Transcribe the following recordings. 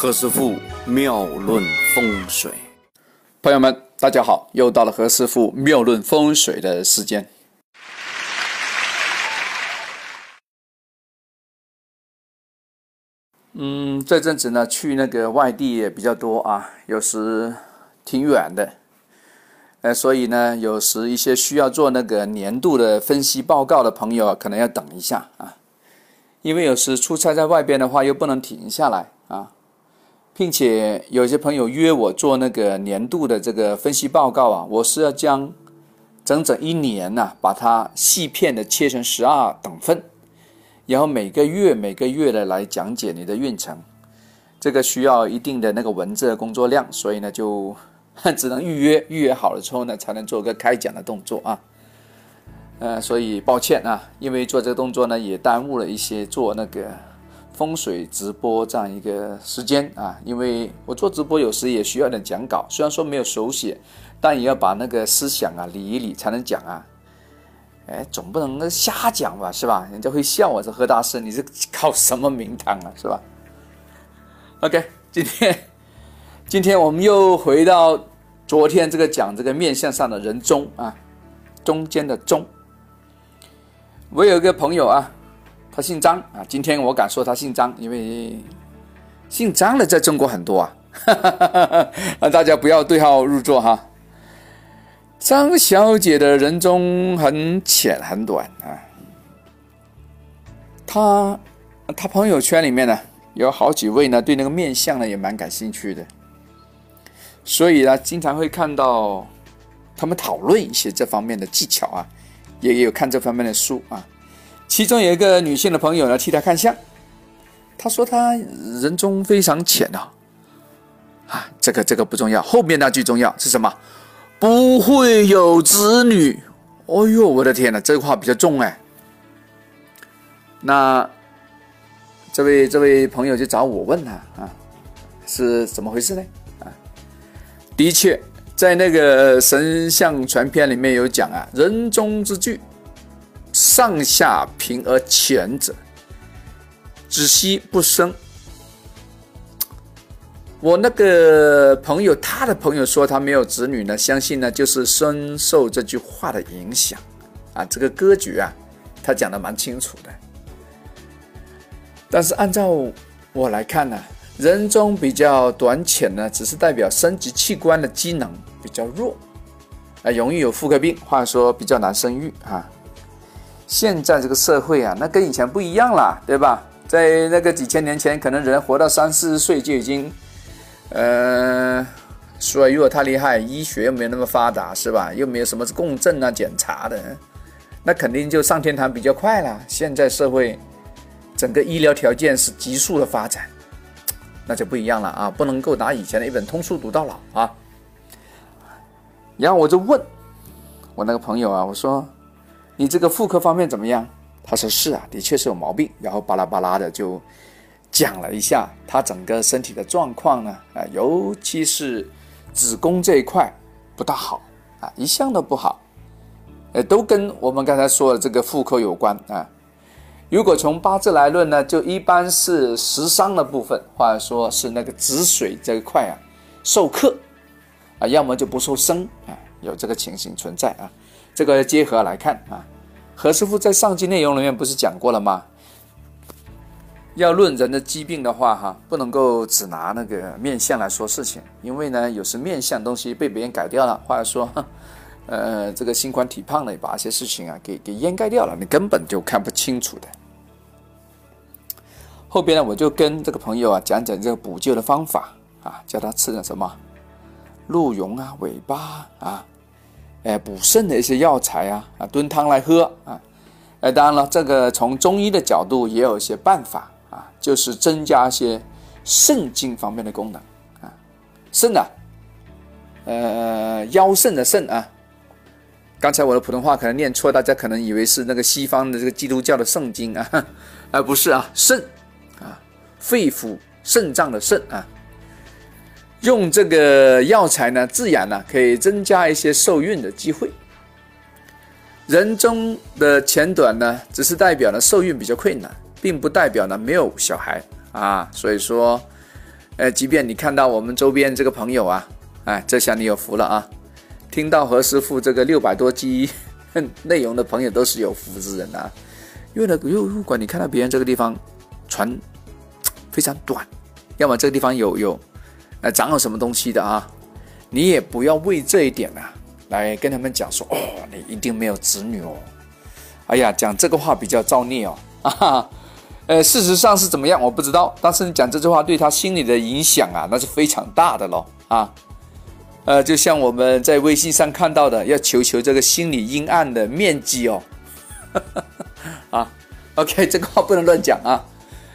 何师傅妙论风水， 朋友们，大家好，又到了何师傅妙论风水的时间。这阵子呢，去那个外地也比较多啊，有时挺远的，所以呢，有时一些需要做那个年度的分析报告的朋友，可能要等一下啊，因为有时出差在外边的话，又不能停下来啊。并且有些朋友约我做那个年度的这个分析报告啊，我是要将整整一年把它细片的切成12等份，然后每个月的来讲解你的运程，这个需要一定的那个文字的工作量，所以呢就只能预约好了之后呢，才能做个开讲的动作啊。所以抱歉啊，因为做这个动作呢，也耽误了一些做那个风水直播这样一个时间啊，因为我做直播有时也需要点讲稿，虽然说没有手写，但也要把那个思想理一理才能讲啊。总不能瞎讲吧，是吧？人家会笑我，说何大师你是靠什么名堂啊，是吧 ？OK， 今天我们又回到昨天这个讲这个面相上的人中啊，中间的中。我有一个朋友啊，他姓张啊，今天我敢说他姓张，因为姓张的在中国很多啊，大家不要对号入座哈。张小姐的人中很浅很短啊，她朋友圈里面呢有好几位呢对那个面相呢也蛮感兴趣的，所以呢经常会看到他们讨论一些这方面的技巧啊，也有看这方面的书啊。其中有一个女性的朋友呢替她看相，她说她人中非常浅啊，这个不重要，后面那句重要是什么？不会有子女。哦呦，我的天哪，这个话比较重哎。那这位朋友就找我问他啊，是怎么回事呢？啊，的确，在那个神相传篇里面有讲啊，人中之句，上下平而浅者，子息不生。我那个朋友，他的朋友说他没有子女呢，相信呢就是深受这句话的影响啊。这个格局啊，他讲的蛮清楚的。但是按照我来看呢，人中比较短浅呢，只是代表生殖器官的机能比较弱容易有妇科病，或者说比较难生育啊。现在这个社会啊，那跟以前不一样了，对吧？在那个几千年前，可能人活到30-40岁就已经衰弱太厉害，医学又没有那么发达，是吧？又没有什么共振检查的，那肯定就上天堂比较快啦。现在社会整个医疗条件是急速的发展，那就不一样了啊，不能够拿以前的一本通书读到老啊。然后我就问我那个朋友啊，我说你这个妇科方面怎么样？他说是啊，的确是有毛病，然后巴拉巴拉的就讲了一下他整个身体的状况呢，尤其是子宫这一块不大好啊，一向都不好，都跟我们刚才说的这个妇科有关啊。如果从八字来论呢，就一般是食伤的部分，或者说是那个子水这一块受克要么就不受生有这个情形存在啊。这个结合来看啊，何师傅在上期内容里面不是讲过了吗？要论人的疾病的话不能够只拿那个面相来说事情，因为呢有时面相东西被别人改掉了，或者说这个心宽体胖的把一些事情给掩盖掉了，你根本就看不清楚的。后边呢我就跟这个朋友讲讲这个补救的方法叫他吃点什么鹿茸尾巴补肾的一些药材炖汤来喝当然了，这个从中医的角度也有一些办法就是增加一些肾经方面的功能肾腰肾的肾刚才我的普通话可能念错，大家可能以为是那个西方的这个基督教的圣经不是肾肺腑肾脏的肾用这个药材呢自然可以增加一些受孕的机会。人中的浅短呢，只是代表受孕比较困难，并不代表没有小孩所以说即便你看到我们周边这个朋友啊，这下你有福了啊！听到何师傅这个600多集内容的朋友都是有福之人啊。因为如果你看到别人这个地方船非常短，要么这个地方长有什么东西的啊，你也不要为这一点啊来跟他们讲说你一定没有子女哦。哎呀，讲这个话比较造孽哦。事实上是怎么样我不知道，但是你讲这句话对他心理的影响啊，那是非常大的咯啊。就像我们在微信上看到的，要求这个心理阴暗的面积哦。OK， 这个话不能乱讲啊。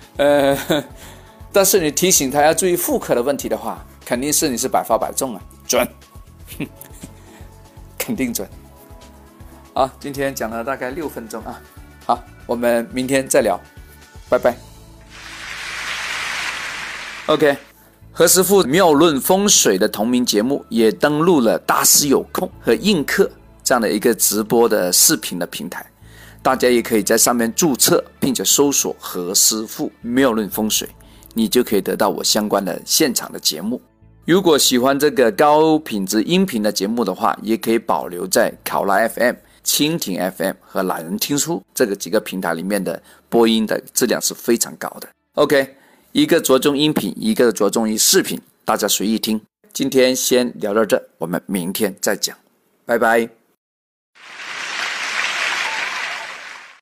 但是你提醒他要注意妇科的问题的话，肯定是你是100发100中啊，准，肯定准。好，今天讲了大概6分钟啊。好，我们明天再聊。拜拜。OK， 何师傅妙论风水的同名节目也登录了大师有空和映客这样的一个直播的视频的平台，大家也可以在上面注册，并且搜索何师傅妙论风水，你就可以得到我相关的现场的节目。如果喜欢这个高品质音频的节目的话，也可以保留在考拉 FM、蜻蜓 FM 和懒人听书这个几个平台里面的播音的质量是非常高的。 OK， 一个着重音频，一个着重于视频，大家随意听。今天先聊到这，我们明天再讲，拜拜。